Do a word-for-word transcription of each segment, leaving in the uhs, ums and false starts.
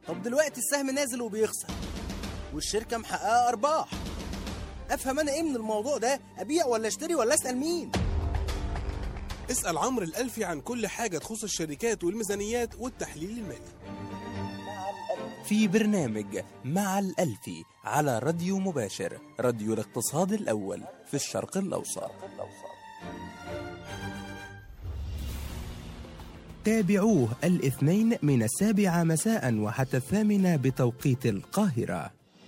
طب دلوقتي السهم نازل وبيخسر والشركة محققة أرباح، أفهم أنا إيه من الموضوع ده؟ أبيع ولا أشتري ولا أسأل مين؟ اسأل عمرو الألفي عن كل حاجة تخص الشركات والميزانيات والتحليل المالي في برنامج مع الألفي على راديو مباشر، راديو الاقتصاد الأول في الشرق الأوسط. تابعوه الاثنين من السابعة مساء وحتى الثامنة بتوقيت القاهرة.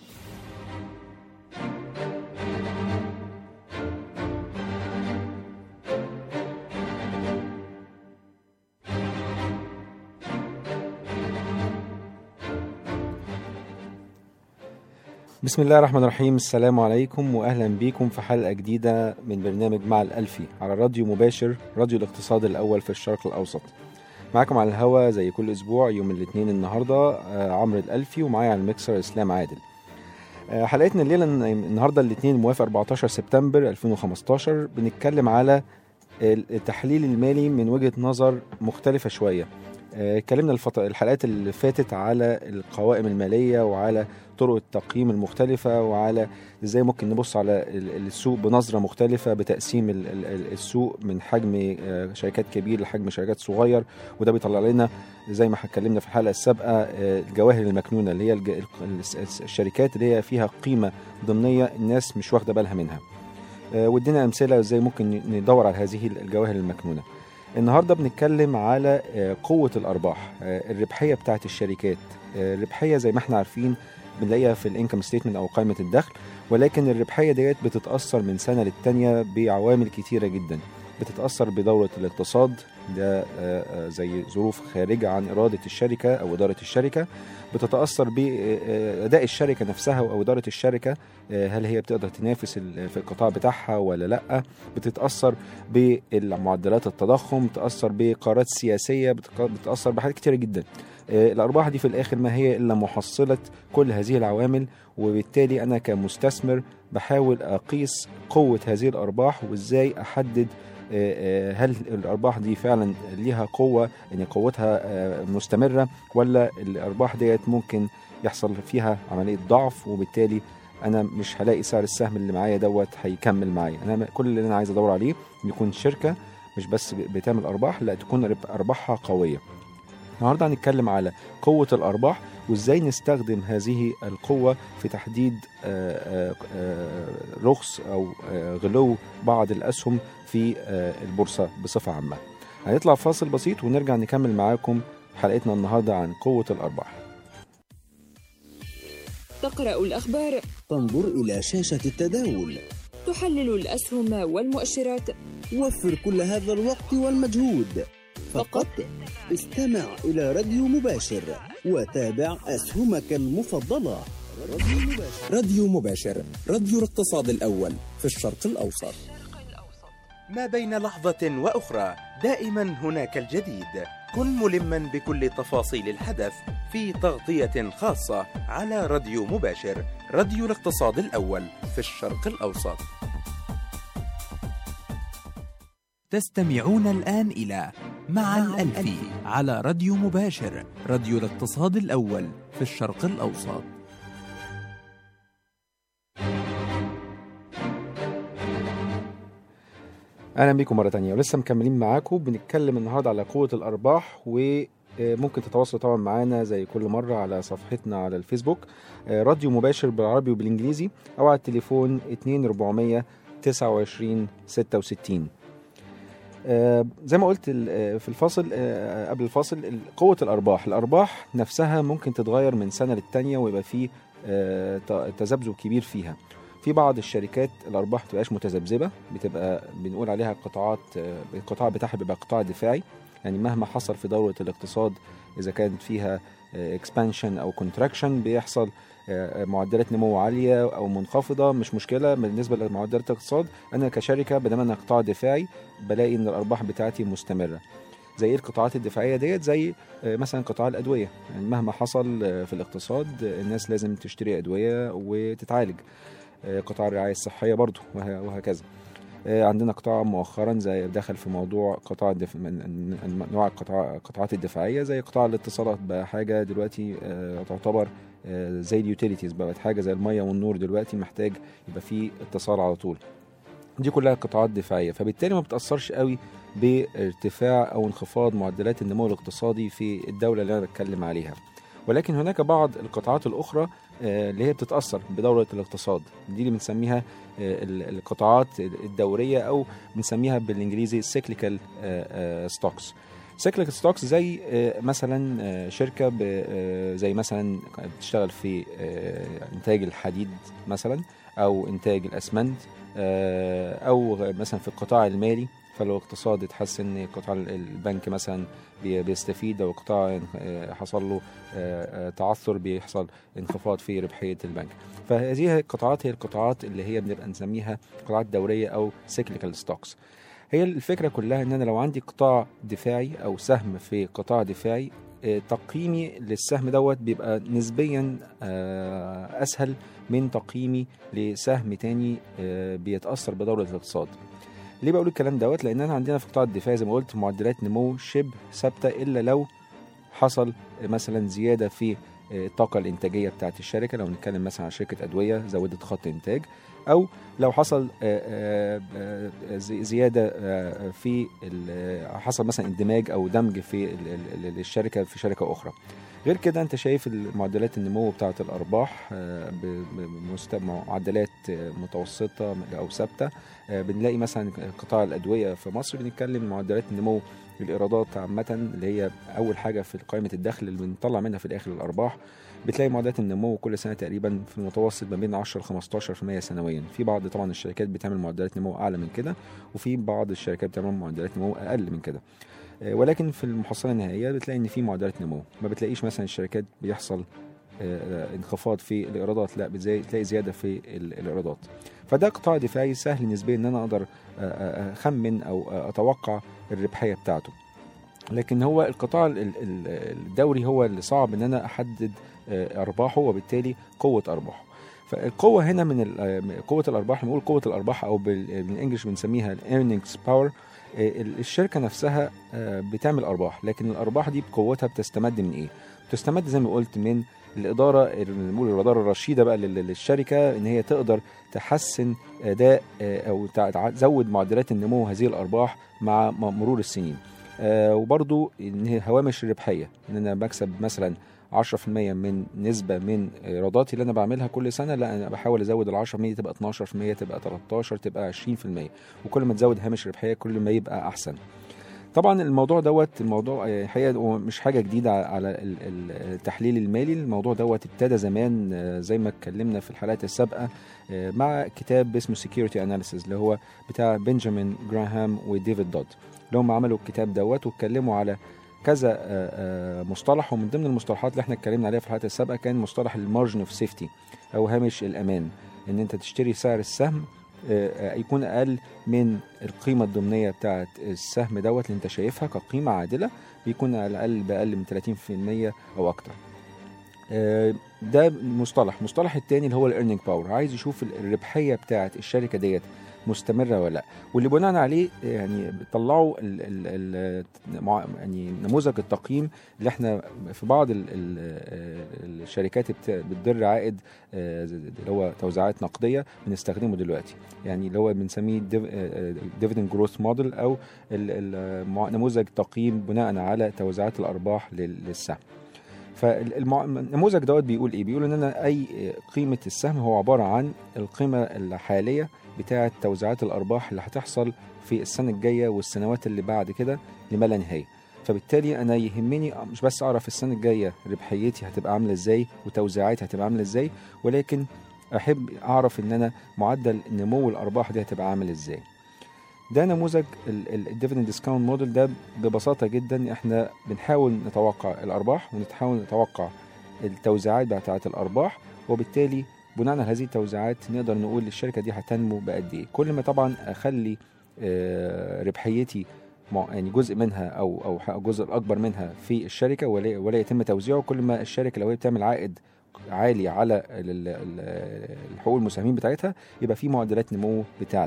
بسم الله الرحمن الرحيم. السلام عليكم وأهلا بكم في حلقة جديدة من برنامج مع الألفي على راديو مباشر، راديو الاقتصاد الأول في الشرق الأوسط. معكم على الهوا زي كل أسبوع يوم الاثنين النهاردة عمرو الألفي، ومعايا على الميكسر إسلام عادل. حلقتنا الليلة النهاردة الاثنين موافق أربعتاشر سبتمبر ألفين وخمستاشر بنتكلم على التحليل المالي من وجهة نظر مختلفة شوية. اتكلمنا الفط... الحلقات اللي فاتت على القوائم المالية وعلى طرق التقييم المختلفة وعلى ازاي ممكن نبص على السوق بنظرة مختلفة بتقسيم السوق من حجم شركات كبير لحجم شركات صغير، وده بيطلع لنا زي ما اتكلمنا في الحلقة السابقة الجواهر المكنونة اللي هي الشركات اللي هي فيها قيمة ضمنية الناس مش واخدة بالها منها، وادينا أمثلة ازاي ممكن ندور على هذه الجواهر المكنونة. النهاردة بنتكلم على قوة الأرباح، الربحية بتاعت الشركات. الربحية زي ما احنا عارفين بنلاقيها في الانكم ستيتمنت أو قائمة الدخل، ولكن الربحية ديت بتتأثر من سنة للتانية بعوامل كتيرة جدا. بتتأثر بدورة الاقتصاد، ده زي ظروف خارجة عن إرادة الشركة أو إدارة الشركة. بتتأثر بأداء الشركة نفسها أو إدارة الشركة، هل هي بتقدر تنافس في القطاع بتاعها ولا لأ. بتتأثر بالمعدلات التضخم، بتتأثر بقرارات سياسية، بتتأثر بحاجات كتيرة جدا. الأرباح دي في الآخر ما هي إلا محصلة كل هذه العوامل، وبالتالي أنا كمستثمر بحاول أقيس قوة هذه الأرباح وإزاي أحدد هل الأرباح دي فعلا ليها قوة، يعني قوتها مستمرة، ولا الأرباح ديت ممكن يحصل فيها عملية ضعف وبالتالي أنا مش هلاقي سعر السهم اللي معايا دوت هيكمل معايا. أنا كل اللي أنا عايز أدور عليه يكون شركة مش بس بتعمل أرباح، لا تكون أرباحها قوية. النهاردة هنتكلم على قوة الأرباح وإزاي نستخدم هذه القوة في تحديد رخص أو غلو بعض الأسهم في البورصة بصفة عامة. هنطلع فاصل بسيط ونرجع نكمل معاكم حلقتنا النهاردة عن قوة الأرباح. تقرأ الأخبار، تنظر إلى شاشة التداول، تحلل الأسهم والمؤشرات. وفر كل هذا الوقت والمجهود، فقط استمع إلى راديو مباشر وتابع أسهمك المفضلة. راديو مباشر, راديو مباشر راديو الاقتصاد الأول في الشرق الأوسط. ما بين لحظة وأخرى دائما هناك الجديد. كن ملما بكل تفاصيل الحدث في تغطية خاصة على راديو مباشر، راديو الاقتصاد الأول في الشرق الأوسط. تستمعون الآن إلى مع الألفي على راديو مباشر، راديو الاقتصاد الأول في الشرق الأوسط. أهلا بكم مرة تانية ولسه مكملين معاكم. بنتكلم النهاردة على قوة الأرباح، وممكن تتواصلوا طبعا معانا زي كل مرة على صفحتنا على الفيسبوك راديو مباشر بالعربي وبالإنجليزي، أو على التليفون اتنين أربعمية تسعة وعشرين ستة وستين. آه زي ما قلت في الفاصل آه قبل الفاصل، قوة الأرباح الأرباح نفسها ممكن تتغير من سنة للتانية ويبقى فيه آه تذبذب كبير فيها. في بعض الشركات الأرباح تبقاش متذبذبة، بتبقى بنقول عليها قطاعات، القطاع بتاعها بيبقى قطاع دفاعي، يعني مهما حصل في دورة الاقتصاد إذا كانت فيها expansion أو contraction بيحصل معدلات نمو عالية أو منخفضة، مش مشكلة بالنسبة لمعدلات الاقتصاد. أنا كشركة بدل أنا قطاع دفاعي بلاقي إن الأرباح بتاعتي مستمرة. زي القطاعات الدفاعية ديت، زي مثلا قطاع الأدوية، يعني مهما حصل في الاقتصاد الناس لازم تشتري أدوية وتتعالج. قطاع الرعاية الصحية برضو وهكذا. عندنا قطاع مؤخرا زي دخل في موضوع قطاع الدف... من انواع القطاع القطاعات الدفاعيه زي قطاع الاتصالات، بقى حاجه دلوقتي تعتبر زي اليوتيليتيز، بقت حاجه زي الميه والنور دلوقتي محتاج يبقى فيه اتصال على طول. دي كلها قطاعات دفاعيه، فبالتالي ما بتاثرش قوي بارتفاع او انخفاض معدلات النمو الاقتصادي في الدوله اللي انا بتكلم عليها. ولكن هناك بعض القطاعات الاخرى اللي هي بتتاثر بدوره الاقتصاد، دي اللي بنسميها القطاعات الدوريه او بنسميها بالانجليزي cyclical stocks. cyclical stocks زي مثلا شركه زي مثلا بتشتغل في انتاج الحديد مثلا او انتاج الاسمنت، او مثلا في القطاع المالي، فلو الاقتصاد اتحسن قطاع البنك مثلا بيستفيد، او قطاع حصل له تعثر بيحصل انخفاض في ربحيه البنك. فهذه القطاعات هي القطاعات اللي هي بنبقى نسميها قطاعات دوريه او cyclical stocks. هي الفكره كلها ان انا لو عندي قطاع دفاعي او سهم في قطاع دفاعي، تقييمي للسهم دوت بيبقى نسبيا اسهل من تقييمي لسهم تاني بيتاثر بدوره الاقتصاد. ليه بقول الكلام دوت؟ لان انا عندنا في قطاع الدفاع زي ما قلت معدلات نمو شبه ثابته، الا لو حصل مثلا زياده في الطاقه الانتاجيه بتاعه الشركه، لو نتكلم مثلا عن شركه ادويه زودت خط انتاج، او لو حصل زياده في حصل مثلا اندماج او دمج في الشركه في شركه اخرى. غير كده انت شايف المعدلات النمو بتاعه الارباح بمعدلات متوسطه او ثابته. بنلاقي مثلا قطاع الادويه في مصر بنتكلم معدلات النمو الايرادات عامه اللي هي اول حاجه في قائمه الدخل اللي بنطلع منها في الاخر الارباح، بتلاقي معدلات النمو كل سنه تقريبا في المتوسط ما بين عشرة ل خمستاشر بالمية سنويا. في بعض طبعا الشركات بتعمل معدلات نمو اعلى من كده، وفي بعض الشركات بتعمل معدلات نمو اقل من كده، ولكن في المحصله النهائيه بتلاقي ان في معدلات نمو. ما بتلاقيش مثلا الشركات بيحصل انخفاض في الايرادات، لا بتلاقي زياده في الايرادات. فده قطاع دفاعي سهل نسبيا ان انا اقدر اخمن او اتوقع الربحيه بتاعته. لكن هو القطاع الدوري هو اللي صعب ان انا احدد ارباحه وبالتالي قوه ارباحه. فالقوه هنا من قوه الارباح، بنقول قوه الارباح او بالانجلش بنسميها الايرنينجز باور. الشركه نفسها بتعمل ارباح، لكن الارباح دي بقوتها بتستمد من ايه؟ بتستمد زي ما قلت من الاداره، نقول الاداره الرشيده بقى للشركه، ان هي تقدر تحسن اداء او تزود معدلات النمو هذه الارباح مع مرور السنين. وبرضو ان هي هوامش الربحيه، ان انا بكسب مثلا عشرة بالمية من نسبة من إيراداتي اللي أنا بعملها كل سنة، لا أنا بحاول أزود ال عشرة بالمية تبقى اتناشر بالمية تبقى تلتاشر تبقى عشرين بالمية، وكل ما تزود هامش الربحية كل ما يبقى أحسن. طبعا الموضوع دوت الموضوع الحقيقة مش حاجة جديدة على التحليل المالي. الموضوع دوت ابتدى زمان زي ما اتكلمنا في الحلقات السابقة مع كتاب اسمه Security Analysis اللي هو بتاع بنجامين جراهام وديفيد دود، اللي هم عملوا الكتاب دوت واتكلموا على كذا مصطلح. ومن ضمن المصطلحات اللي احنا اتكلمنا عليها في الحلقات السابقة كان مصطلح المارجن اوف سيفتي او هامش الامان، ان انت تشتري سعر السهم يكون اقل من القيمه الضمنيه بتاعه السهم دوت اللي انت شايفها كقيمه عادله، بيكون على الاقل باقل من تلاتين بالمية او اكتر. ده مصطلح. مصطلح التاني اللي هو الايرنينج باور، عايز يشوف الربحيه بتاعه الشركه ديت مستمره ولا لا، واللي بناء عليه يعني طلعوا ال ال ال يعني نموذج التقييم اللي احنا في بعض ال ال الشركات بتدر عائد اللي هو توزيعات نقديه بنستخدمه دلوقتي، يعني اللي هو بنسميه ديفيدند جروث موديل او نموذج تقييم بناء على توزيعات الارباح للسهم. فالنموذج دوت بيقول ايه؟ بيقول ان انا اي قيمه السهم هو عباره عن القيمه الحاليه بتاعه توزيعات الارباح اللي هتحصل في السنه الجايه والسنوات اللي بعد كده لما لا نهايه. فبالتالي انا يهمني مش بس اعرف السنه الجايه ربحيتي هتبقى عامله ازاي وتوزيعاتي هتبقى عامله ازاي، ولكن احب اعرف ان انا معدل نمو الارباح دي هتبقى عامل ازاي. ده نموذج الديفيدند ديسكاونت موديل. ده ببساطه جدا احنا بنحاول نتوقع الارباح ونحاول نتوقع التوزيعات بتاعه الارباح، وبالتالي بناء على هذه التوزيعات نقدر نقول الشركه دي هتنمو بقد ايه. كل ما طبعا اخلي ربحيتي يعني جزء منها او او جزء الاكبر منها في الشركه ولا ولا يتم توزيعه، كل ما الشركه لو هي بتعمل عائد عالي على الحقوق المساهمين بتاعتها يبقى في معدلات نمو بتعلى.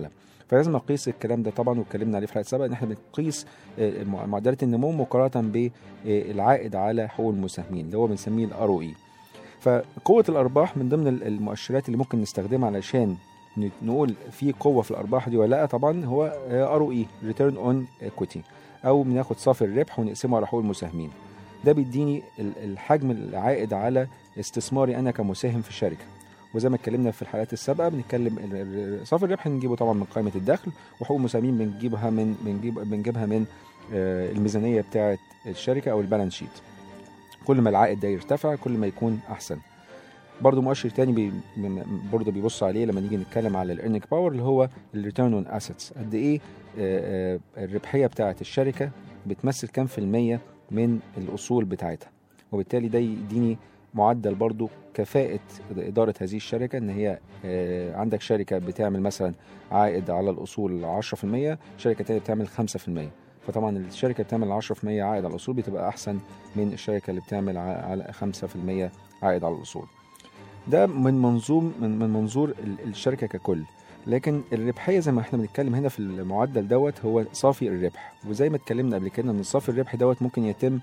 فلازم نقيس الكلام ده طبعا، واتكلمنا عليه في حلقه سابقه ان احنا بنقيس معدلات النمو مقارنه بالعائد على حقوق المساهمين اللي هو بنسميه الار او اي. فقوه الارباح من ضمن المؤشرات اللي ممكن نستخدمها علشان نقول في قوه في الارباح دي ولا لا، طبعا هو ار او اي ريتيرن اون ايكويتي، او بناخد صافي الربح ونقسمه على حقوق المساهمين. ده بيديني الحجم العائد على استثماري انا كمساهم في الشركه. وزي ما اتكلمنا في الحلقات السابقه بنتكلم صافي الربح بنجيبه طبعا من قائمه الدخل، وحقوق المساهمين بنجيبها من بنجيب بنجيبها من الميزانيه بتاعه الشركه او البالانس شيت. كل ما العائد ده يرتفع كل ما يكون احسن. برضو مؤشر تاني بي برضو بيبص عليه لما نيجي نتكلم على الارنينج باور اللي هو الريتيرن اون اسيتس، قد ايه الربحيه بتاعه الشركه بتمثل كام في الميه من الاصول بتاعتها. وبالتالي ده يديني معدل برضو كفاءة إدارة هذه الشركة، إن هي عندك شركة بتعمل مثلا عائد على الأصول عشرة في المية، شركة تانية بتعمل خمسة في المية. فطبعا الشركة بتعمل عشرة في المية عائد على الأصول بتبقى أحسن من الشركة اللي بتعمل على خمسة في المية عائد على الأصول. ده من منظور من منظور الشركة ككل. لكن الربحيه زي ما احنا بنتكلم هنا في المعدل دوت هو صافي الربح، وزي ما اتكلمنا قبل كده ان صافي الربح دوت ممكن يتم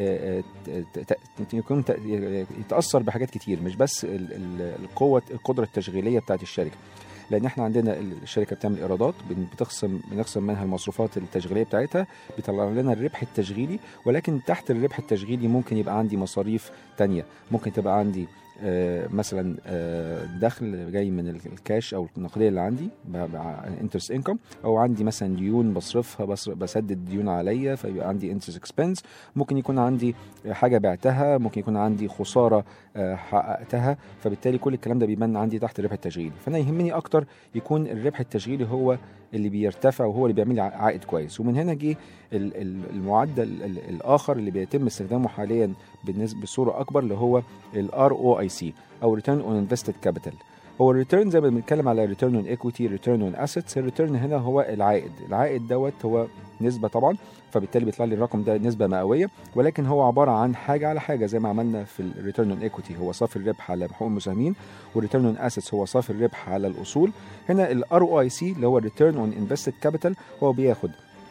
يكون يتاثر بحاجات كتير، مش بس القوه القدره التشغيليه بتاعت الشركه، لان احنا عندنا الشركه بتعمل ايرادات بتخصم بنخصم منها المصروفات التشغيليه بتاعتها بيطلع لنا الربح التشغيلي. ولكن تحت الربح التشغيلي ممكن يبقى عندي مصاريف تانية، ممكن تبقى عندي آه مثلا آه دخل جاي من الكاش او النقديه اللي عندي انترست انكم، او عندي مثلا ديون بصرفها بسدد ديون عليا فيبقى عندي انترست اكسبنس، ممكن يكون عندي حاجه بعتها، ممكن يكون عندي خساره آه حققتها، فبالتالي كل الكلام ده بيبان عندي تحت الربح التشغيلي. فانا يهمني اكتر يكون الربح التشغيلي هو اللي بيرتفع وهو اللي بيعمل لي عائد كويس. ومن هنا جه المعدل الاخر اللي بيتم استخدامه حاليا بالنسبه بصوره اكبر اللي هو الار او اي سي او ريتيرن اون انفستد كابيتال. هو الريتيرن زي ما بنتكلم على ريتيرن اون ايكويتي، ريتيرن اون اسيتس، الريتيرن هنا هو العائد. العائد دوت هو نسبه طبعا، فبالتالي بيطلع لي الرقم ده نسبه مئويه، ولكن هو عباره عن حاجه على حاجه زي ما عملنا في الريتيرن اون ايكويتي هو صافي الربح على حقوق المساهمين، والريتيرن اون اسيتس هو صافي الربح على الاصول. هنا الار او اي سي اللي هو الريتيرن اون انفستد كابيتال هو بياخد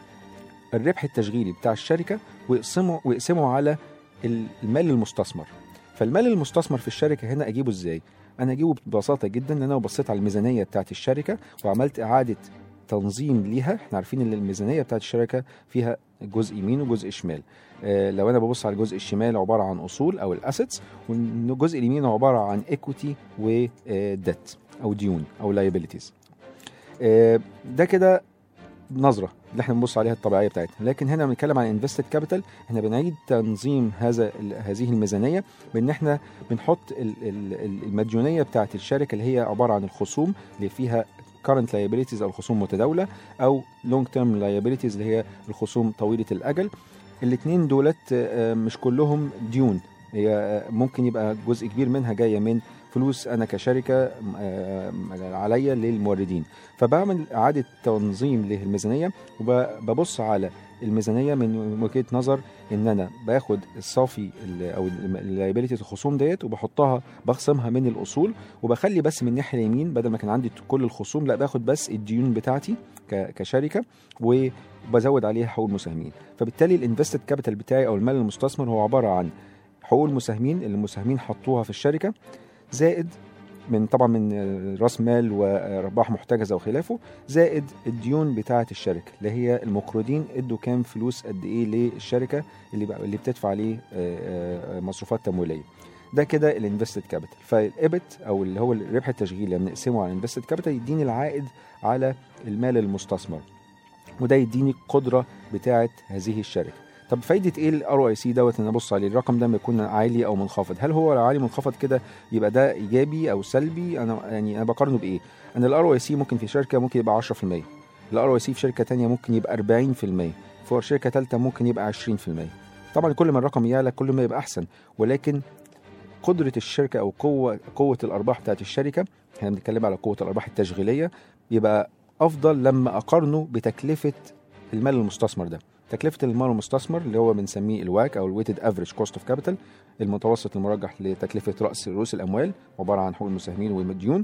الربح التشغيلي بتاع الشركه ويقسمه ويقسمه على المال المستثمر. فالمال المستثمر في الشركه هنا اجيبه ازاي؟ انا اجيبه ببساطه جدا ان انا بصيت على الميزانيه بتاعت الشركه وعملت اعاده تنظيم ليها. احنا عارفين ان الميزانيه بتاعت الشركه فيها جزء يمين وجزء شمال. اه لو انا ببص على الجزء الشمال عباره عن اصول او الاسيتس، والجزء اليمين عباره عن ايكويتي وديت او ديون او لايبيليتيز. اه ده كده نظره اللي احنا بنبص عليها الطبيعيه بتاعتنا. لكن هنا بنتكلم عن انفستد كابيتال، احنا بنعيد تنظيم هذا هذه الميزانيه بان احنا بنحط المديونيه بتاعت الشركه اللي هي عباره عن الخصوم اللي فيها current liabilities او الخصوم متداوله، او long term liabilities اللي هي الخصوم طويله الاجل. الاثنين دولت مش كلهم ديون، هي ممكن يبقى جزء كبير منها جايه من فلوس انا كشركه عليا للموردين. فبعمل اعاده تنظيم للميزانيه وببص على الميزانيه من وجهه نظر ان انا باخد الصافي او اللايبيليتيز الخصوم ديت وبحطها بخصمها من الاصول، وبخلي بس من الناحيه اليمين بدل ما كان عندي كل الخصوم لا باخد بس الديون بتاعتي كشركه وبزود عليها حقوق المساهمين. فبالتالي الانفستد كابيتال بتاعي او المال المستثمر هو عباره عن حقوق المساهمين اللي المساهمين حطوها في الشركه، زائد من طبعا من راس مال وارباح محتجزه وخلافه، زائد الديون بتاعه الشركه اللي هي المقرضين ادوا كام فلوس قد ايه للشركه اللي اللي بتدفع عليه مصروفات تمويليه. ده كده الانفستد كابيتال. فالابت او اللي هو الربح التشغيلي لما نقسمه على الانفستد كابيتال يديني العائد على المال المستثمر، وده يديني القدره بتاعه هذه الشركه. طب فايده ايه الار او اي سي دوت ان ابص عليه الرقم ده ما يكون عالي او منخفض؟ هل هو عالي منخفض كده يبقى ده ايجابي او سلبي؟ انا يعني انا بقارنه بايه؟ ان الار او اي سي ممكن في شركه ممكن يبقى عشرة في المية، الار او اي سي في شركه ثانيه ممكن يبقى أربعين في المية، في شركه ثالثه ممكن يبقى عشرين في المية. طبعا كل ما الرقم يعلى كل ما يبقى احسن، ولكن قدره الشركه او قوه قوه الارباح بتاعت الشركه، احنا بنتكلم على قوه الارباح التشغيليه، يبقى افضل لما اقارنه بتكلفه المال المستثمر ده. تكلفة المال المستثمر اللي هو بنسميه الواك أو الويتد افريج كوست اوف كابيتال، المتوسط المرجح لتكلفة رأس رؤوس الأموال عبارة عن حقوق المساهمين والمديون،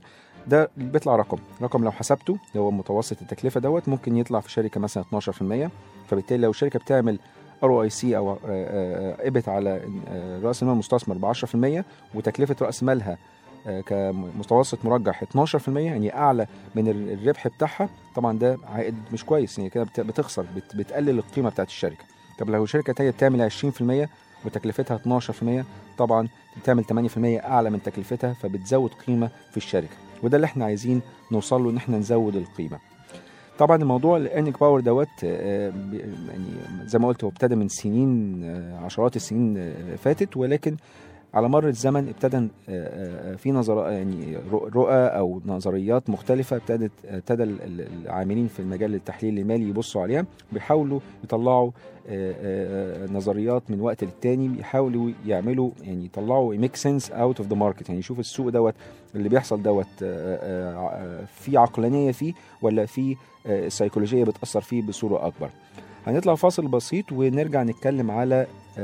ده بيطلع رقم رقم لو حسبته اللي هو متوسط التكلفه دوت ممكن يطلع في شركه مثلا اتناشر في المية. فبالتالي لو الشركه بتعمل ار او اي سي او ابت على راس المال المستثمر ب عشرة في المية وتكلفه راس مالها كمتوسط مرجح اتناشر في المية، يعني اعلى من الربح بتاعها، طبعا ده عائد مش كويس، يعني كده بتخسر، بتقلل القيمه بتاعت الشركه. طب لو شركه تانية بتعمل عشرين في المية وتكلفتها اتناشر في المية، طبعا بتعمل تمانية في المية اعلى من تكلفتها، فبتزود قيمه في الشركه، وده اللي احنا عايزين نوصل له، ان احنا نزود القيمه. طبعا الموضوع الايرنينج باور دوت يعني زي ما قلت هو ابتدى من سنين، عشرات السنين فاتت، ولكن على مر الزمن ابتدى في نظر يعني رؤى او نظريات مختلفه ابتدت ابتدى العاملين في المجال التحليل المالي يبصوا عليها، بيحاولوا يطلعوا نظريات من وقت للتاني، بيحاولوا يعملوا يعني يطلعوا ميك سنس اوت اوف ذا ماركت، يعني يشوف السوق دوت اللي بيحصل دوت في عقلانيه فيه ولا في سيكولوجيه بتاثر فيه بصوره اكبر. هنطلع فاصل بسيط ونرجع نتكلم على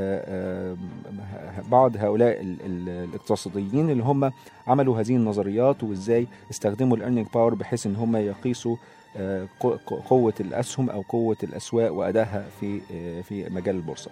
بعض هؤلاء الاقتصاديين اللي هم عملوا هذه النظريات وازاي استخدموا الايرنينج باور بحيث ان هم يقيسوا قوة الأسهم أو قوة الأسواق وأدائها في في مجال البورصة.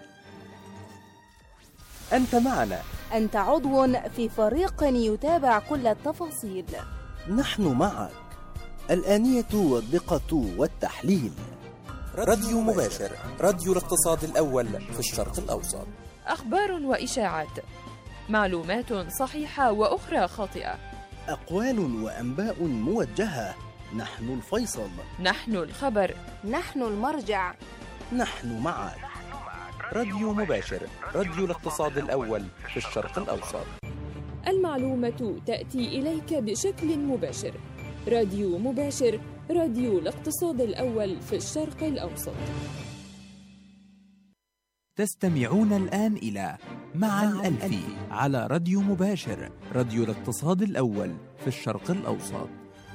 أنت معنا، أنت عضو في فريق يتابع كل التفاصيل. نحن معك، الآنية والدقة والتحليل. راديو مباشر، راديو الاقتصاد الأول في الشرق الأوسط. أخبار وإشاعات، معلومات صحيحة وأخرى خاطئة، أقوال وأنباء موجهة. نحن الفيصل، نحن الخبر، نحن المرجع، نحن معك. راديو مباشر، راديو الاقتصاد الأول في الشرق الأوسط. المعلومة تأتي إليك بشكل مباشر. راديو مباشر، راديو الاقتصاد الأول في الشرق الأوسط. تستمعون الآن إلى مع الألفي على راديو مباشر، راديو الاقتصاد الأول في الشرق الأوسط.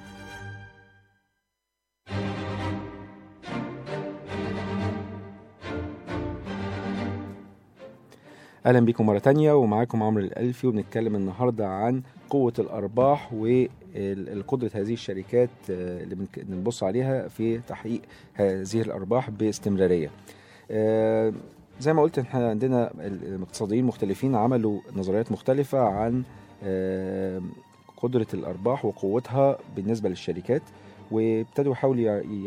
أهلا بكم مرة تانية، ومعاكم عمرو الألفي، وبنتكلم النهاردة عن قوة الأرباح والقدرة هذه الشركات اللي بنبص عليها في تحقيق هذه الأرباح باستمرارية. زي ما قلت احنا عندنا الاقتصاديين مختلفين عملوا نظريات مختلفة عن قدرة الأرباح وقوتها بالنسبة للشركات، وابتدوا يحاولوا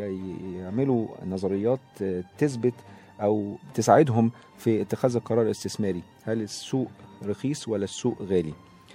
يعملوا نظريات تثبت أو تساعدهم في اتخاذ القرار الاستثماري. هل السوق رخيص ولا السوق غالي؟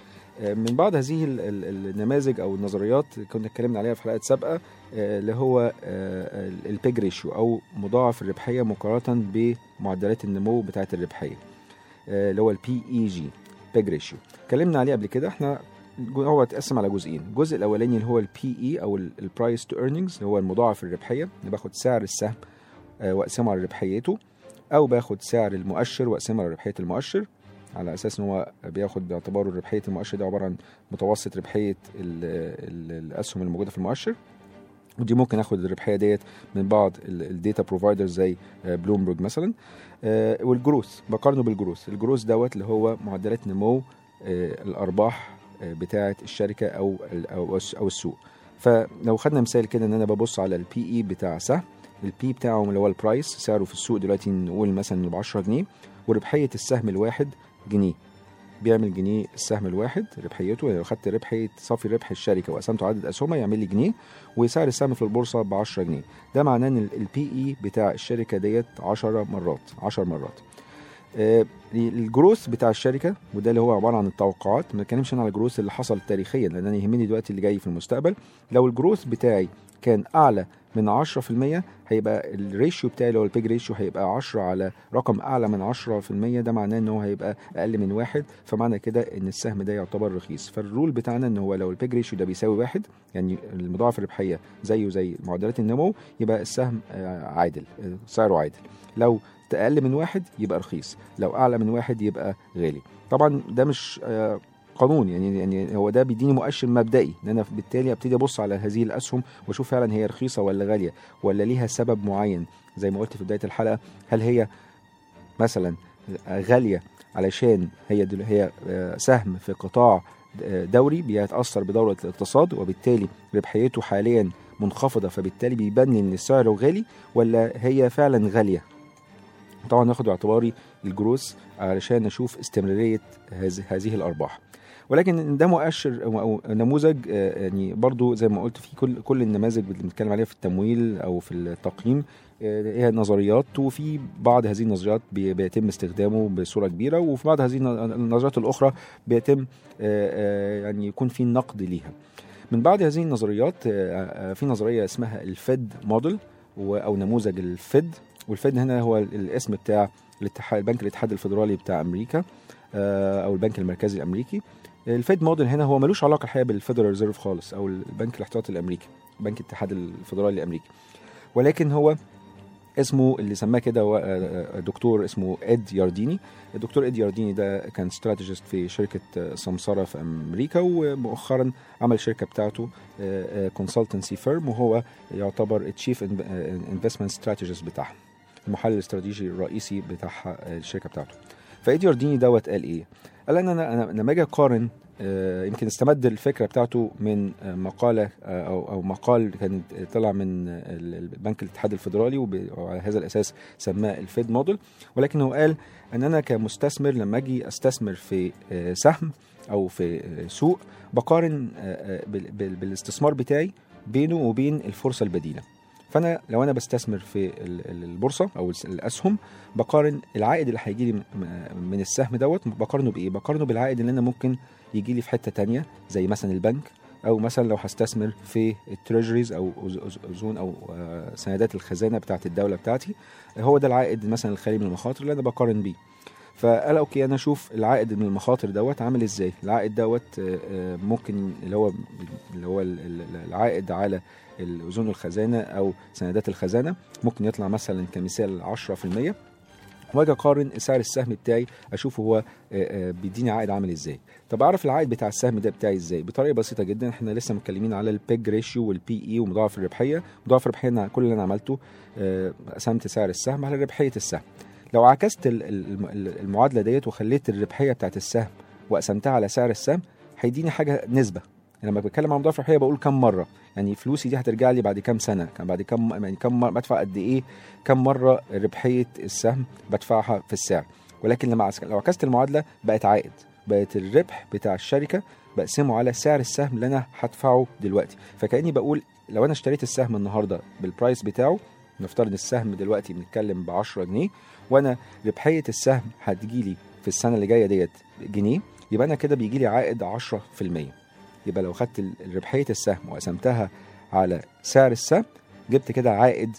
من بعض هذه النماذج أو النظريات كنا اتكلمنا عليها في حلقات سابقة، اللي هو البيج ريشيو أو مضاعف الربحية مقارنة بمعدلات النمو بتاعة الربحية، اللي هو البي اي جي بيج ريشيو. اتكلمنا عليه قبل كده. احنا هو اتقسم على جزئين. الجزء الأولاني اللي هو البي اي أو البرايس تو ايرنينجز، اللي هو المضاعف الربحية، اللي باخد سعر السهم واقسمه على ربحيته، او باخد سعر المؤشر واقسمه على ربحيه المؤشر، على اساس ان هو بياخد باعتباره ربحيه المؤشر ده عباره عن متوسط ربحيه الاسهم الموجوده في المؤشر. ودي ممكن اخد الربحيه ديت من بعض الداتا بروفايدرز زي بلومبرج مثلا. والجروث بقارنه بالجروث. الجروث دوت اللي هو معدلات نمو الارباح بتاعه الشركه او او السوق. فلو خدنا مثال كده ان انا ببص على البي اي بتاع سهم، البي بتاعه اللي هو البرايس، سعره في السوق دلوقتي نقول مثلا ب عشرة جنيه، وربحيه السهم الواحد جنيه، بيعمل جنيه السهم الواحد ربحيته. لو خدت ربحيه صافي ربح الشركه وقسمته عدد اسهمها يعمل لي جنيه، وسعر السهم في البورصه ب عشرة جنيه. ده معناه ان البي اي بتاع الشركه ديت عشرة مرات عشر مرات. آه الجروث بتاع الشركه، وده اللي هو عباره عن التوقعات، ما بنتكلمش على الجروث اللي حصل تاريخيا، لان انا يهمني دلوقتي اللي جاي في المستقبل. لو الجروث بتاعي كان اعلى من عشرة في المية، هيبقى الريشيو بتاعي اللي هو البيج ريشيو هيبقى عشرة على رقم اعلى من عشرة في المية. ده معناه ان هو هيبقى اقل من واحد، فمعنى كده ان السهم ده يعتبر رخيص. فالرول بتاعنا ان هو لو البيج ريشيو ده بيساوي واحد، يعني المضاعف الربحيه زيه زي معدلات النمو، يبقى السهم عادل، سعره عادل. لو اقل من واحد يبقى رخيص، لو اعلى من واحد يبقى غالي. طبعا ده مش قانون، يعني يعني هو ده بيديني مؤشر مبدئي ان انا بالتالي ابتدي ابص على هذه الاسهم واشوف فعلا هي رخيصه ولا غاليه، ولا ليها سبب معين. زي ما قلت في بدايه الحلقه، هل هي مثلا غاليه علشان هي هي سهم في قطاع دوري بيتأثر بدورة الاقتصاد وبالتالي ربحيته حاليا منخفضة، فبالتالي بيبني ان سعره غالي، ولا هي فعلا غالية؟ طبعا ناخد اعتباري الجروس علشان نشوف استمرارية هذه الأرباح. ولكن ده مؤشر او نموذج يعني برضو زي ما قلت في كل كل النماذج اللي بنتكلم عليها في التمويل او في التقييم هي نظريات، وفي بعض هذه النظريات بيتم استخدامه بصوره كبيره، وفي بعض هذه النظريات الاخرى بيتم يعني يكون في نقد ليها. من بعض هذه النظريات في نظريه اسمها الفيد موديل او نموذج الفيد، والفيد هنا هو الاسم بتاع الاتحاد البنك الاتحاد الفيدرالي بتاع امريكا او البنك المركزي الامريكي. الفيد موديل هنا هو ملوش علاقه الحقيقه بالفيدرال ريزيرف خالص او البنك الاحتياطي الامريكي، بنك الاتحاد الفيدرالي الامريكي، ولكن هو اسمه اللي سماه كده دكتور اسمه إد يارديني. الدكتور إد يارديني ده كان استراتيجيست في شركه سمساره في امريكا، ومؤخرا عمل شركه بتاعته كونسلتنسي فيرم، وهو يعتبر التشيف انفستمنت استراتيجيست بتاعها، المحلل الاستراتيجي الرئيسي بتاع الشركه بتاعته. فإد يارديني دوت قال ايه؟ قال ان انا لما اجي اقارن، يمكن استمد الفكره بتاعته من مقاله او او مقال كان طلع من البنك الاتحاد الفيدرالي، وعلى هذا الاساس سماه الفيد موديل. ولكن هو قال ان انا كمستثمر لما اجي استثمر في سهم او في سوق بقارن بالاستثمار بتاعي بينه وبين الفرصه البديله. فانا لو انا بستثمر في البورصه او الاسهم بقارن العائد اللي هيجي لي من السهم دوت بقارنه بايه؟ بقارنه بالعائد اللي انا ممكن يجي لي في حته تانية زي مثلا البنك، او مثلا لو هستثمر في التريجريز او زون او سندات الخزانه بتاعه الدوله بتاعتي، هو ده العائد مثلا الخالي من المخاطر اللي انا بقارن بيه. فقال اوكي انا اشوف العائد من المخاطر دوت عامل ازاي. العائد دوت ممكن اللي هو اللي هو العائد على الاذون الخزانه او سندات الخزانه ممكن يطلع مثلا كمثال عشرة في المية، واجي اقارن سعر السهم بتاعي اشوف هو بيديني عائد عامل ازاي. طب اعرف العائد بتاع السهم ده بتاعي ازاي؟ بطريقه بسيطه جدا. احنا لسه متكلمين على البيج ريشيو والبي اي ومضاعف الربحيه. مضاعف الربحيه انا كل اللي انا عملته قسمت سعر السهم على ربحيه السهم. لو عكست المعادله ديت وخليت الربحيه بتاعت السهم وقسمتها على سعر السهم هيديني حاجه نسبه. لما بتكلم عن مضاعف الربحيه بقول كم مره، يعني فلوسي دي هترجع لي بعد كام سنه، كان بعد كام يعني كم مره بدفع قد ايه، كم مره ربحيه السهم بدفعها في السعر. ولكن لما لو عكست المعادله بقت عائد، بقت الربح بتاع الشركه بقسمه على سعر السهم اللي انا هدفعه دلوقتي. فكاني بقول لو انا اشتريت السهم النهارده بالبرايس بتاعه، نفترض السهم دلوقتي بنتكلم ب عشرة جنيه، وانا ربحيه السهم هتجيلي في السنه اللي جايه ديت جنيه، يبقى انا كده بيجي لي عائد عشرة في المية. يبقى لو خدت ربحيه السهم وقسمتها على سعر السهم جبت كده عائد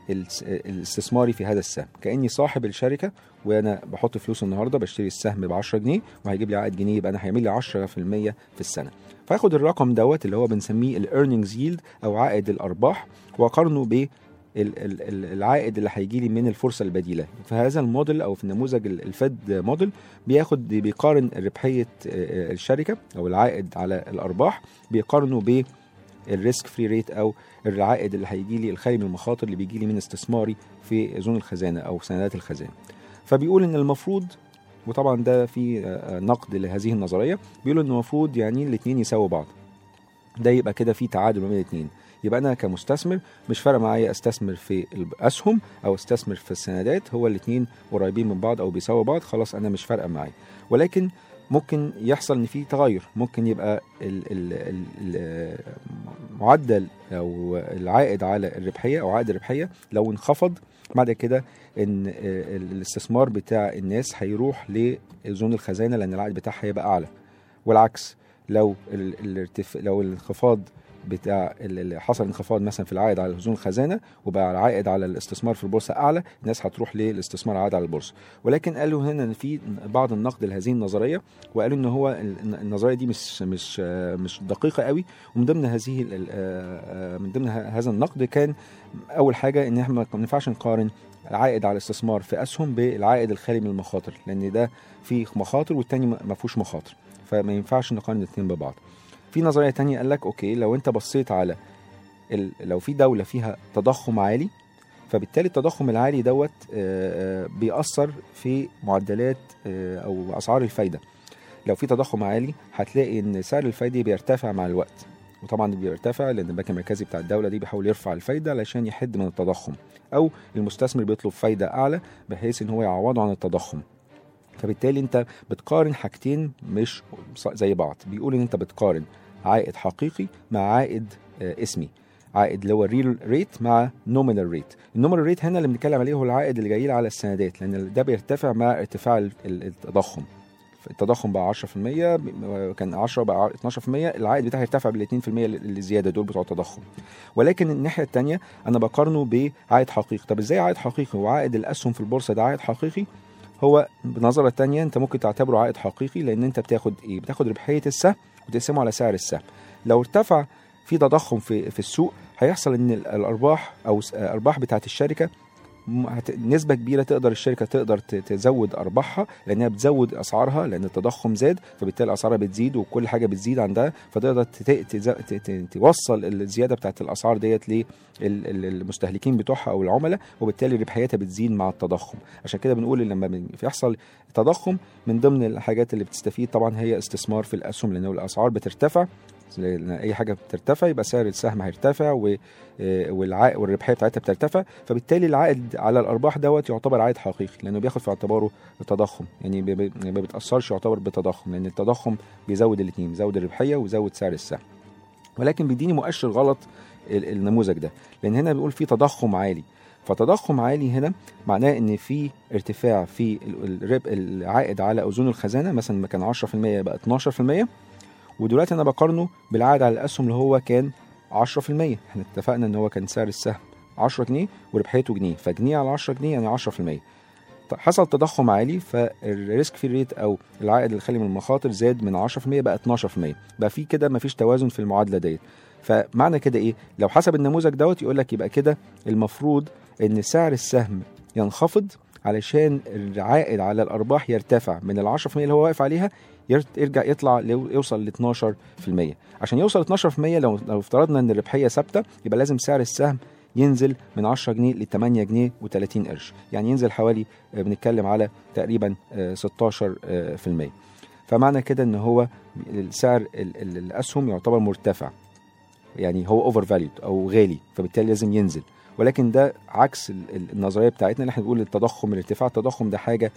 الاستثماري في هذا السهم، كاني صاحب الشركه وانا بحط فلوس النهارده بشتري السهم ب عشرة جنيه وهيجيب لي عائد جنيه، يبقى انا هيعمل لي عشرة في المية في السنه. فاخد الرقم دوت اللي هو بنسميه الايرنينجز ييلد او عائد الارباح واقارنه ب العائد اللي هيجي لي من الفرصه البديله. فهذا الموديل او في النموذج الفيد موديل بياخد بيقارن ربحيه الشركه او العائد على الارباح بيقارنه ب الريسك فري ريت او العائد اللي هيجي لي الخالي من المخاطر اللي بيجي لي من استثماري في زون الخزانه او سندات الخزانه. فبيقول ان المفروض، وطبعا ده في نقد لهذه النظريه، بيقولوا ان المفروض يعني الاثنين يساووا بعض، ده يبقى كده في تعادل ما بين الاثنين. يبقى انا كمستثمر مش فارق معايا استثمر في الاسهم او استثمر في السندات، هو الاثنين قريبين من بعض او بيساووا بعض، خلاص انا مش فارقه معايا. ولكن ممكن يحصل ان في تغير، ممكن يبقى ال ال ال معدل او العائد على الربحيه او عائد الربحيه لو انخفض بعد كده ان الاستثمار بتاع الناس هيروح لزون الخزانه لان العائد بتاعها هيبقى اعلى. والعكس لو الارتفاع لو الانخفاض بتاع اللي حصل انخفاض مثلا في العائد على زون الخزانه وبقى العائد على الاستثمار في البورصه اعلى، الناس هتروح للاستثمار عائد على البورصه. ولكن قالوا هنا ان في بعض النقد لهذه النظريه، وقالوا ان هو النظريه دي مش مش مش دقيقه قوي. ومن ضمن هذه من ضمن هذا النقد كان اول حاجه ان احنا ما ينفعش نقارن العائد على الاستثمار في اسهم بالعائد الخالي من المخاطر، لان ده فيه مخاطر والتاني ما فيهوش مخاطر، فما ينفعش نقارن الاثنين ببعض. في نظريه تانية قال لك اوكي لو انت بصيت على ال... لو في دوله فيها تضخم عالي، فبالتالي التضخم العالي دوت بيأثر في معدلات او اسعار الفايده. لو في تضخم عالي هتلاقي ان سعر الفايده بيرتفع مع الوقت، وطبعا بيرتفع لان البنك المركزي بتاع الدوله دي بيحاول يرفع الفايده علشان يحد من التضخم، او المستثمر بيطلب فايده اعلى بحيث ان هو يعوضه عن التضخم. فبالتالي انت بتقارن حاجتين مش زي بعض. بيقول ان انت بتقارن عائد حقيقي مع عائد اسمي، عائد اللي هو الريل ريت مع نومينال ريت. النومينال ريت هنا اللي بنتكلم عليه هو العائد اللي جاي على السندات، لان ده بيرتفع مع ارتفاع التضخم. التضخم بقى عشرة في المية، كان عشرة بقى اتناشر في المية، العائد بتاعه يرتفع بال اتنين في المية اللي زياده دول بتوع التضخم. ولكن الناحيه الثانيه انا بقارنه بعائد حقيقي. طب ازاي عائد حقيقي وعائد الاسهم في البورصه ده عائد حقيقي؟ هو بنظره ثانيه انت ممكن تعتبره عائد حقيقي لان انت بتاخد ايه؟ بتاخد ربحيه السهم وتقسمه على سعر السهم. لو ارتفع في تضخم في في السوق هيحصل ان الارباح او ارباح بتاعه الشركه نسبة كبيرة تقدر الشركة تقدر تزود أرباحها لأنها بتزود أسعارها، لأن التضخم زاد فبالتالي أسعارها بتزيد وكل حاجة بتزيد عندها، فتقدر توصل الزيادة بتاعت الأسعار ديت للمستهلكين بتوعها أو العملاء، وبالتالي ربحيتها بتزيد مع التضخم. عشان كده بنقول لما بيحصل تضخم من ضمن الحاجات اللي بتستفيد طبعا هي استثمار في الأسهم، لأنه الأسعار بترتفع، لأن أي حاجة بترتفع يبقى سعر السهم هيرتفع والعائد والربحية بتاعتها بترتفع، فبالتالي العائد على الأرباح دوت يعتبر عائد حقيقي لأنه بياخد في اعتباره التضخم، يعني ما بيتأثرش يعتبر بالتضخم، لأن التضخم بيزود الاثنين، بيزود الربحية ويزود سعر السهم. ولكن بيديني مؤشر غلط النموذج ده، لأن هنا بيقول في تضخم عالي، فتضخم عالي هنا معناه ان في ارتفاع في العائد على أذون الخزانة، مثلا ما كان عشرة في المية بقى اتناشر في المية، ودلوقتي انا بقارنه بالعائد على الاسهم اللي هو كان عشرة في المية. احنا اتفقنا ان هو كان سعر السهم عشرة جنيه وربحيته جنيه، فجنيه على عشرة جنيه يعني عشرة في المية. حصل تضخم عالي فالريسك في ريت او العائد الخالي من المخاطر زاد من عشرة في المية بقى اتناشر في المية، بقى في كده مفيش توازن في المعادله ديت. فمعنى كده ايه؟ لو حسب النموذج دوت يقول لك يبقى كده المفروض ان سعر السهم ينخفض علشان العائد على الارباح يرتفع من ال عشرة في المية اللي هو واقف عليها، يرجع يطلع يوصل ل اتناشر في المية. عشان يوصل ل اتناشر في المية لو لو افترضنا ان الربحيه ثابته يبقى لازم سعر السهم ينزل من عشرة جنيه ل تمانية جنيه وتلاتين قرش، يعني ينزل حوالي بنتكلم على تقريبا ستاشر في المية. فمعنى كده ان هو سعر الاسهم يعتبر مرتفع، يعني هو اوفر فاليود او غالي، فبالتالي لازم ينزل. ولكن ده عكس النظريه بتاعتنا اللي احنا بنقول التضخم، الارتفاع التضخم ده حاجه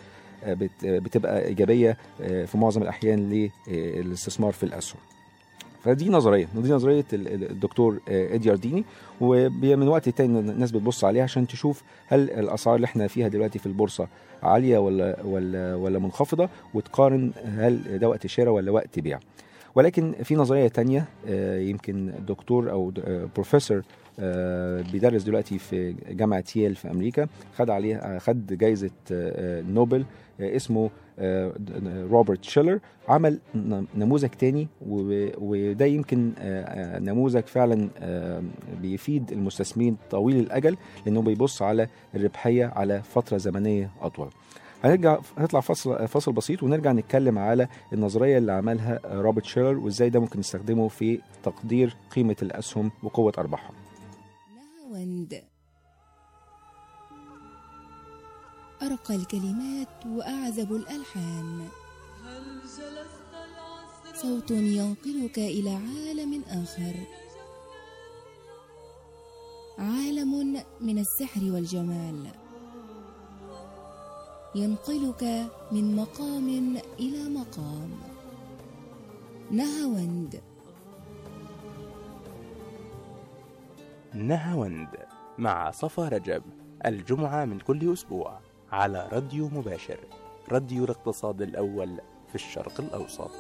بتبقى ايجابيه في معظم الاحيان للاستثمار في الاسهم. فدي نظريه دي نظريه الدكتور اديارديني، ومن وقت تاني الناس بتبص عليها عشان تشوف هل الاسعار اللي احنا فيها دلوقتي في البورصه عاليه ولا ولا ولا منخفضه، وتقارن هل ده وقت شراء ولا وقت بيع. ولكن في نظريه تانية يمكن الدكتور او بروفيسور بيدرس دلوقتي في جامعه ييل في امريكا، خد عليها خد جائزه نوبل، اسمه روبرت شيلر، عمل نموذج تاني، وده يمكن نموذج فعلا بيفيد المستثمرين طويل الاجل لانه بيبص على الربحيه على فتره زمنيه اطول. هنرجع هنطلع فصل فصل بسيط ونرجع نتكلم على النظريه اللي عملها روبرت شيلر وازاي ده ممكن نستخدمه في تقدير قيمه الاسهم وقوه ارباحها. نهاوند، أرقى الكلمات وأعذب الألحان، صوت ينقلك إلى عالم آخر، عالم من السحر والجمال، ينقلك من مقام إلى مقام. نهاوند. نهاوند مع صفا رجب، الجمعة من كل أسبوع على راديو مباشر، راديو الاقتصاد الأول في الشرق الأوسط.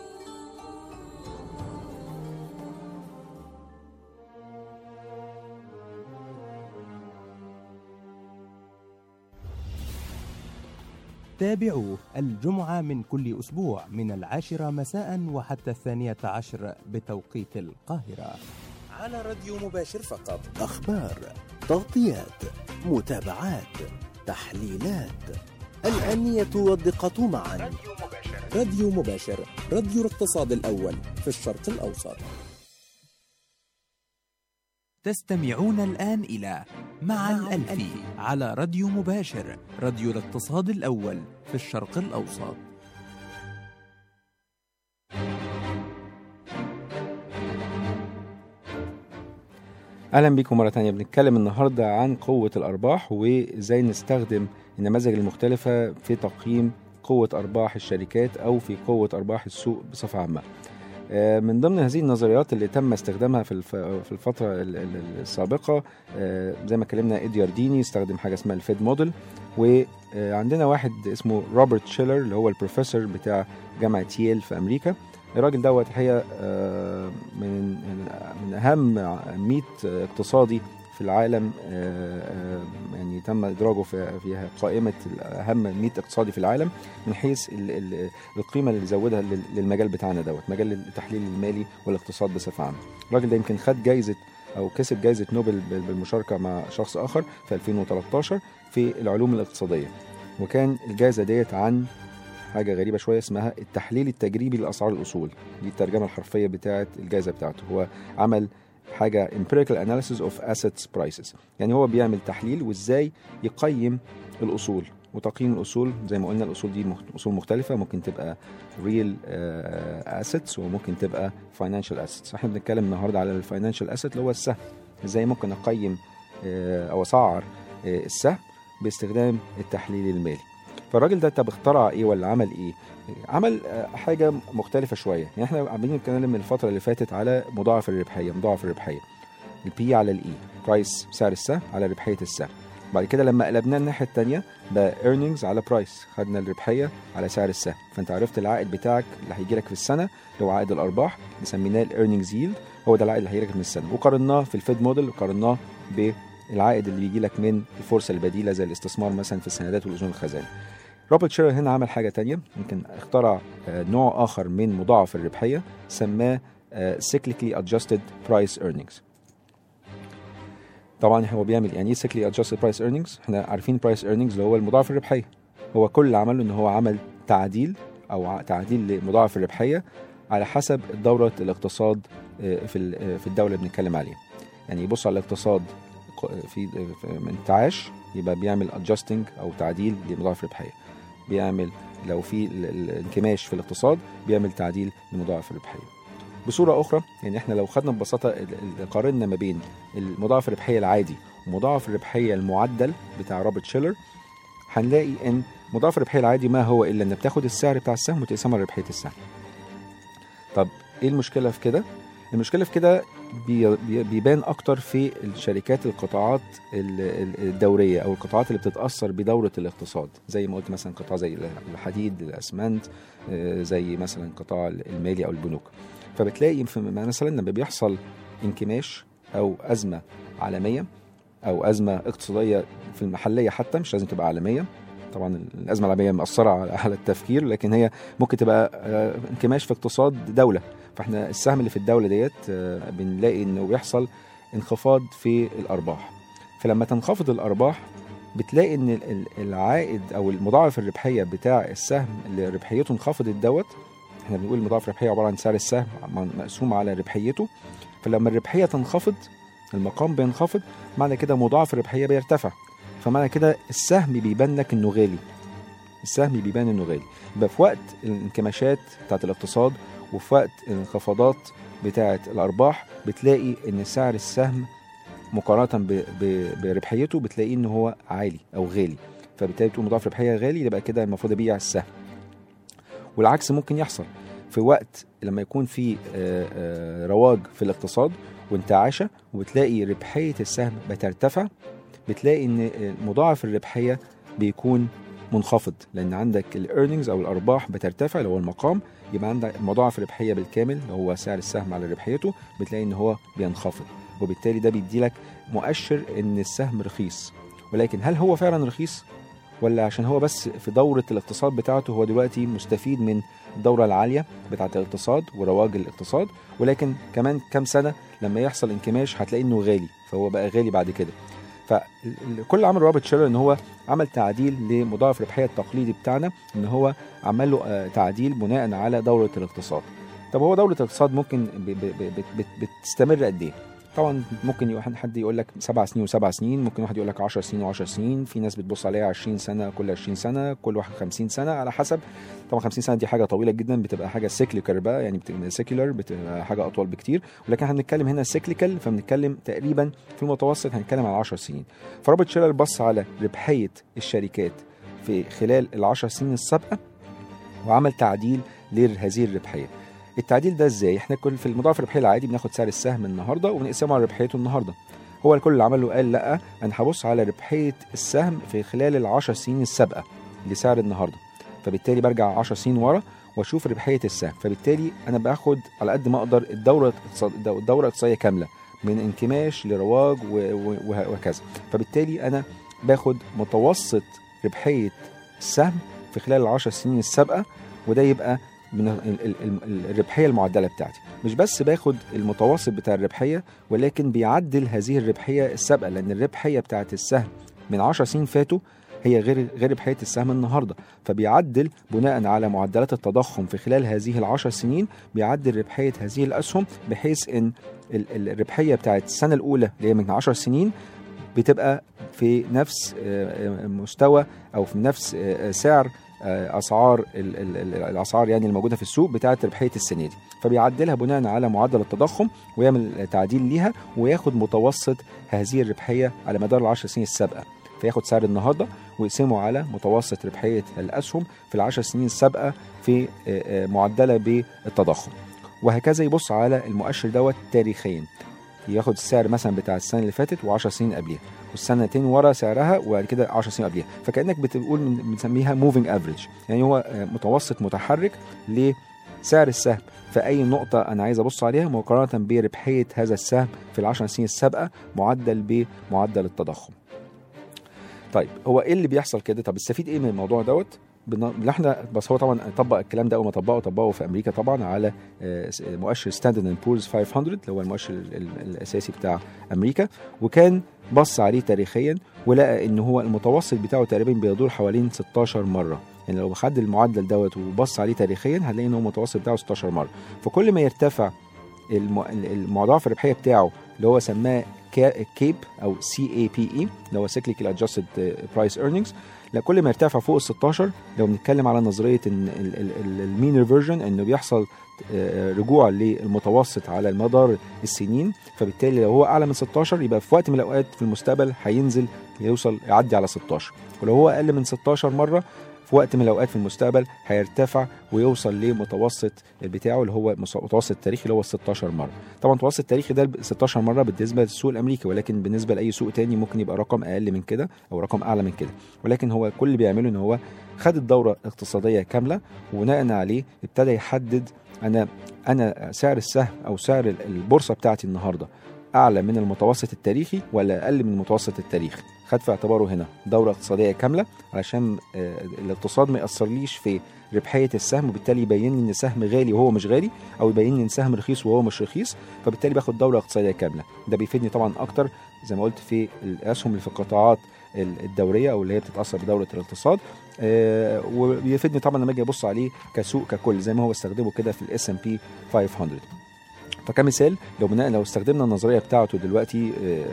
تابعوه الجمعة من كل أسبوع من العاشرة مساء وحتى الثانية عشر بتوقيت القاهرة على راديو مباشر فقط. أخبار، تغطيات، متابعات، تحليلات، الآنية والدقة معا. راديو مباشر، راديو الاقتصاد الأول في الشرق الأوسط. تستمعون الآن إلى مع الألفي على راديو مباشر، راديو الاقتصاد الأول في الشرق الأوسط. اهلا بيكم مره تانية. بنتكلم النهارده عن قوه الارباح وازاي نستخدم النماذج المختلفه في تقييم قوه ارباح الشركات او في قوه ارباح السوق بصفه عامه. من ضمن هذه النظريات اللي تم استخدامها في في الفتره السابقه زي ما اتكلمنا إديارديني استخدم حاجه اسمها الفيد موديل، وعندنا واحد اسمه روبرت شيلر اللي هو البروفيسور بتاع جامعه ييل في امريكا. الراجل دوت هي من من اهم مئة اقتصادي في العالم، يعني تم ادراجه في قائمه اهم مئة اقتصادي في العالم من حيث القيمه اللي زودها للمجال بتاعنا دوت، مجال التحليل المالي والاقتصاد بصفه عامه. الراجل ده يمكن خد جائزه او كسب جائزه نوبل بالمشاركه مع شخص اخر في ألفين وثلاثة عشر في العلوم الاقتصاديه، وكان الجائزه ديت عن حاجه غريبه شويه اسمها التحليل التجريبي لاسعار الاصول. دي الترجمه الحرفيه بتاعه الجائزه بتاعته. هو عمل حاجه empirical analysis of assets prices، يعني هو بيعمل تحليل وازاي يقيم الاصول. وتقييم الاصول زي ما قلنا الاصول دي اصول مختلفه، ممكن تبقى real assets وممكن تبقى financial assets. احنا بنتكلم النهارده على الفاينانشال asset اللي هو السهم. ازاي ممكن اقيم او اسعر السهم باستخدام التحليل المالي. فالراجل ده طب اخترع ايه ولا عمل ايه؟ عمل حاجه مختلفه شويه. يعني احنا عمالين نتكلم من الفتره اللي فاتت على مضاعف الربحيه، مضاعف الربحيه البي على الاي، برايس سعر السهم على ربحيه السهم. بعد كده لما قلبناه الناحيه الثانيه بقى earnings على برايس، خدنا الربحيه على سعر السهم. فانت عرفت العائد بتاعك اللي هيجي لك في السنه اللي هو عائد الارباح اللي سميناه الايرنينجز ييلد، هو ده العائد اللي هيجي لك من السنه. وقارناه في الفيد موديل، وقارناه بالعائد اللي بيجي لك من الفرصه البديله زي الاستثمار مثلا في السندات والاذون الخزانه. روبرت شيلر هنا عمل حاجة تانية، يمكن اخترع نوع آخر من مضاعف الربحية سماه cyclically adjusted price earnings. طبعا هو بيعمل يعني ايه cyclically adjusted price earnings؟ احنا عارفين price earnings اللي هو المضاعف الربحية. هو كل اللي عمله ان هو عمل تعديل او تعديل لمضاعف الربحية على حسب دورة الاقتصاد في في الدولة اللي بنتكلم عليها. يعني يبص على الاقتصاد في من تعاش يبقى بيعمل adjusting او تعديل لمضاعف الربحية. بيعمل لو في الانكماش في الاقتصاد بيعمل تعديل لمضاعف الربحيه. بصوره اخرى يعني احنا لو خدنا ببساطه قارنا ما بين المضاعف الربحيه العادي ومضاعف الربحيه المعدل بتاع روبرت شيلر، هنلاقي ان مضاعف الربحيه العادي ما هو الا ان بتاخد السعر بتاع السهم وتقسمه على ربحيه السهم. طب ايه المشكله في كده؟ المشكله في كده بيبان اكتر في الشركات القطاعات الدوريه او القطاعات اللي بتتاثر بدوره الاقتصاد، زي ما قلت مثلا قطاع زي الحديد، الاسمنت، زي مثلا قطاع المالي او البنوك. فبتلاقي مثلا لما بيحصل انكماش او ازمه عالميه او ازمه اقتصاديه في المحليه حتى، مش لازم تبقى عالميه، طبعا الازمه العالميه مأثره على التفكير، لكن هي ممكن تبقى انكماش في اقتصاد دوله. فاحنا السهم اللي في الدوله ديت بنلاقي انه بيحصل انخفاض في الارباح. فلما تنخفض الارباح بتلاقي ان العائد او المضاعف الربحيه بتاع السهم اللي ربحيته انخفضت دوت، احنا بنقول المضاعف الربحيه عباره عن سعر السهم مقسوم على ربحيته. فلما الربحيه تنخفض المقام بينخفض، معنى كده مضاعف الربحيه بيرتفع، فمعنى كده السهم بيبان لك انه غالي. السهم بيبان انه غالي. يبقى في وقت الانكماشات بتاعت الاقتصاد وفي وقت الانخفاضات بتاعت الارباح بتلاقي ان سعر السهم مقارنه بربحيته بتلاقيه ان هو عالي او غالي، فبالتالي تقول مضاعف ربحيه غالي، يبقى كده المفروض ابيع السهم. والعكس ممكن يحصل في وقت لما يكون في رواج في الاقتصاد وانتعاشه وبتلاقي ربحيه السهم بترتفع، بتلاقي ان مضاعف الربحيه بيكون منخفض، لان عندك الايرنينجز او الارباح بترتفع اللي هو المقام، يبقى عندك مضاعف الربحيه بالكامل اللي هو سعر السهم على ربحيته بتلاقي ان هو بينخفض، وبالتالي ده بيدي لك مؤشر ان السهم رخيص. ولكن هل هو فعلا رخيص ولا عشان هو بس في دوره الاقتصاد بتاعته هو دلوقتي مستفيد من الدوره العاليه بتاعه الاقتصاد ورواج الاقتصاد، ولكن كمان كام سنه لما يحصل انكماش هتلاقي انه غالي، فهو بقى غالي بعد كده. فكل عمل روبرت شيلر ان هو عمل تعديل لمضاعف الربحيه التقليدي بتاعنا، ان هو عمل له تعديل بناء على دوره الاقتصاد. طب هو دوره الاقتصاد ممكن بتستمر قد ايه؟ طبعا ممكن حد يقول لك سبع سنين وسبع سنين، ممكن واحد يقول لك عشر سنين وعشر سنين، في ناس بتبص عليها عشرين سنه، كل عشرين سنه، كل واحد خمسين سنه، على حسب. طبعا خمسين سنه دي حاجه طويله جدا، بتبقى حاجه سيكليكال بقى، يعني بتبقى سيكولار، بتبقى حاجه اطول بكتير، ولكن هنتكلم هنا سيكليكال، فبنتكلم تقريبا في المتوسط هنتكلم على عشر سنين. فروبرت شيلر بص على ربحيه الشركات في خلال العشر سنين السابقه وعمل تعديل لهذه الربحيه. التعديل ده ازاي؟ احنا كل في المضاعف الربحيه العادي بناخد سعر السهم النهارده ونقسمه على ربحيته النهارده. هو الكل اللي عمله قال لا، انا هبص على ربحيه السهم في خلال العشر سنين السابقه لسعر النهارده، فبالتالي برجع عشر سنين ورا واشوف ربحيه السهم، فبالتالي انا باخد على قد ما اقدر الدوره الدوره الاقتصاديه كامله من انكماش لرواج وهكذا. فبالتالي انا باخد متوسط ربحيه السهم في خلال العشر سنين السابقه، وده يبقى من الربحيه المعدله بتاعتي. مش بس باخد المتوسط بتاع الربحيه، ولكن بيعدل هذه الربحيه السابقه، لان الربحيه بتاعت السهم من عشر سنين فاتوا هي غير غير ربحيه السهم النهارده، فبيعدل بناء على معدلات التضخم في خلال هذه العشر سنين، بيعدل ربحيه هذه الاسهم، بحيث ان الربحيه بتاعت السنه الاولى اللي هي من عشر سنين بتبقى في نفس مستوى او في نفس سعر اسعار الاسعار يعني الموجوده في السوق بتاعه ربحيه السنه دي، فبيعدلها بناء على معدل التضخم ويعمل تعديل ليها، وياخد متوسط هذه الربحيه على مدار العشر سنين السابقه، فياخد سعر النهارده ويقسمه على متوسط ربحيه الاسهم في العشر سنين السابقه في معدله بالتضخم، وهكذا يبص على المؤشر دوت تاريخيا، ياخد السعر مثلا بتاع السنه اللي فاتت و10 سنين قبليها والسنتين ورا سعرها وبعد كده عشر سنين قبليها، فكانك بتقول بنسميها موفينج افريج، يعني هو متوسط متحرك لسعر السهم في اي نقطه انا عايز ابص عليها مقارنه بربحيه هذا السهم في العشر سنين السابقه معدل بمعدل التضخم. طيب هو ايه اللي بيحصل كده؟ طب استفيد ايه من الموضوع دوت؟ احنا بس هو طبعا طبق الكلام ده اول ما طبقه طبقه في امريكا طبعا على مؤشر ستاندرد اند بورز خمسمية اللي هو المؤشر الاساسي بتاع امريكا، وكان بص عليه تاريخيا ولقى ان هو المتوسط بتاعه تقريبا بيدور حوالين ستاشر مره، يعني لو خد المعدل دوت وبص عليه تاريخيا هنلاقي ان هو المتوسط بتاعه ستاشر مره، فكل ما يرتفع المضاعف الربحيه بتاعه اللي هو سماه كيب او سي اي بي اي اللي هو سيكليكال ادجستد برايس ايرنينجز، لا كل ما يرتفع فوق ال ستاشر، لو بنتكلم على نظريه ان المين ريفرجن انه بيحصل رجوع للمتوسط على مدار السنين، فبالتالي لو هو اعلى من ستاشر يبقى في وقت من الاوقات في المستقبل هينزل يوصل يعدي على ستاشر، ولو هو اقل من ستاشر مره في وقت من الاوقات في المستقبل هيرتفع ويوصل لمتوسط بتاعه اللي هو متوسط التاريخي اللي هو ستاشر مره. طبعا المتوسط التاريخي ده ستاشر مره بالنسبه للسوق الامريكي، ولكن بالنسبه لاي سوق تاني ممكن يبقى رقم اقل من كده او رقم اعلى من كده، ولكن هو كل اللي بيعمله ان هو خد الدوره الاقتصاديه كامله وبناء عليه ابتدى يحدد انا انا سعر السهم او سعر البورصه بتاعتي النهارده اعلى من المتوسط التاريخي ولا اقل من المتوسط التاريخي. خد في اعتباره هنا دوره اقتصاديه كامله علشان الاقتصاد ما ياثرليش في ربحيه السهم، وبالتالي يبين لي ان السهم غالي وهو مش غالي، او يبين لي ان السهم رخيص وهو مش رخيص، فبالتالي باخد دوره اقتصاديه كامله. ده بيفيدني طبعا اكتر زي ما قلت في الاسهم اللي في القطاعات الدوريه او اللي هي بتتاثر بدوره الاقتصاد، آه وبيفيدني طبعا لما اجي ابص عليه كسوق ككل زي ما هو استخدمه كده في الاس ام بي خمسمية. فكمثال لو بناء لو استخدمنا النظريه بتاعته دلوقتي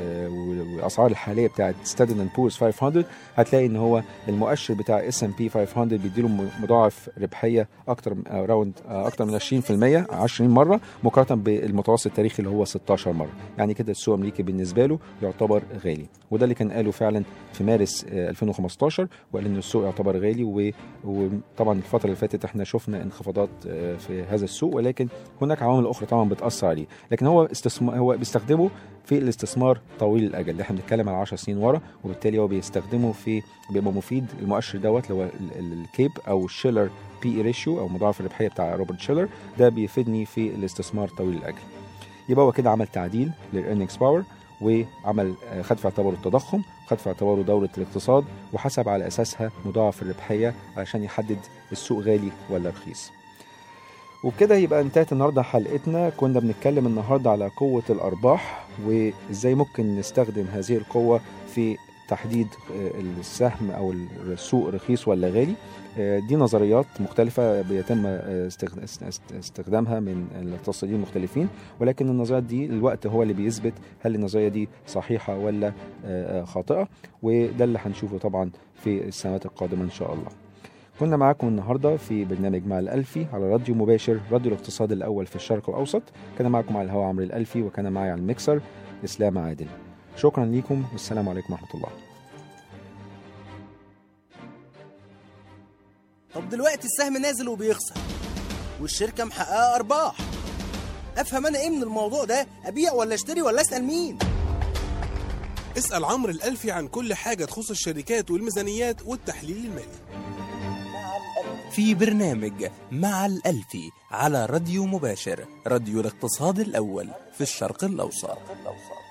والاسعار الحاليه بتاعت ستاندرد اند بورز خمسمية، هتلاقي ان هو المؤشر بتاع اس ام بي خمسمية بيديله مضاعف ربحيه اكتر راوند اكتر من عشرين بالمية عشرين مره مقارنه بالمتوسط التاريخي اللي هو ستاشر مره، يعني كده السوق الامريكي بالنسبه له يعتبر غالي، وده اللي كان قاله فعلا في مارس ألفين وخمستاشر، وقال ان السوق يعتبر غالي. وطبعا الفتره اللي فاتت احنا شفنا انخفاضات في هذا السوق، ولكن هناك عوامل اخرى طبعا بتاثر عليه، لكن هو استثمار هو بيستخدمه في الاستثمار طويل الاجل اللي احنا بنتكلم على عشر سنين ورا، وبالتالي هو بيستخدمه في بيبقى مفيد. المؤشر دوت اللي هو الكيب او شيلر بي اي ريشيو او مضاعف الربحيه بتاع روبرت شيلر، ده بيفيدني في الاستثمار طويل الاجل. يبقى هو كده عمل تعديل للإيرنينجز باور، وعمل خد في اعتباره التضخم، خد في اعتباره دوره الاقتصاد، وحسب على اساسها مضاعف الربحيه علشان يحدد السوق غالي ولا رخيص. وبكده يبقى انتهت النهارده حلقتنا. كنا بنتكلم النهارده على قوه الارباح وازاي ممكن نستخدم هذه القوه في تحديد السهم أو السوق رخيص ولا غالي. دي نظريات مختلفة بيتم استخدامها من الاقتصاديين المختلفين، ولكن النظريات دي الوقت هو اللي بيثبت هل النظرية دي صحيحة ولا خاطئة، وده اللي هنشوفه طبعا في السنوات القادمة إن شاء الله. كنا معاكم النهاردة في برنامج مع الألفي على راديو مباشر، راديو الاقتصاد الأول في الشرق الأوسط. كان معكم على الهواء عمرو الألفي، وكان معي على الميكسر إسلام عادل. شكرا لكم والسلام عليكم ورحمة الله. طب دلوقتي السهم نازل وبيخسر والشركة محققة أرباح، أفهم أنا إيه من الموضوع ده؟ أبيع ولا أشتري ولا أسأل مين؟ اسأل عمرو الألفي عن كل حاجة تخص الشركات والميزانيات والتحليل المالي في برنامج مع الألفي على راديو مباشر، راديو الاقتصاد الأول في الشرق الأوسط.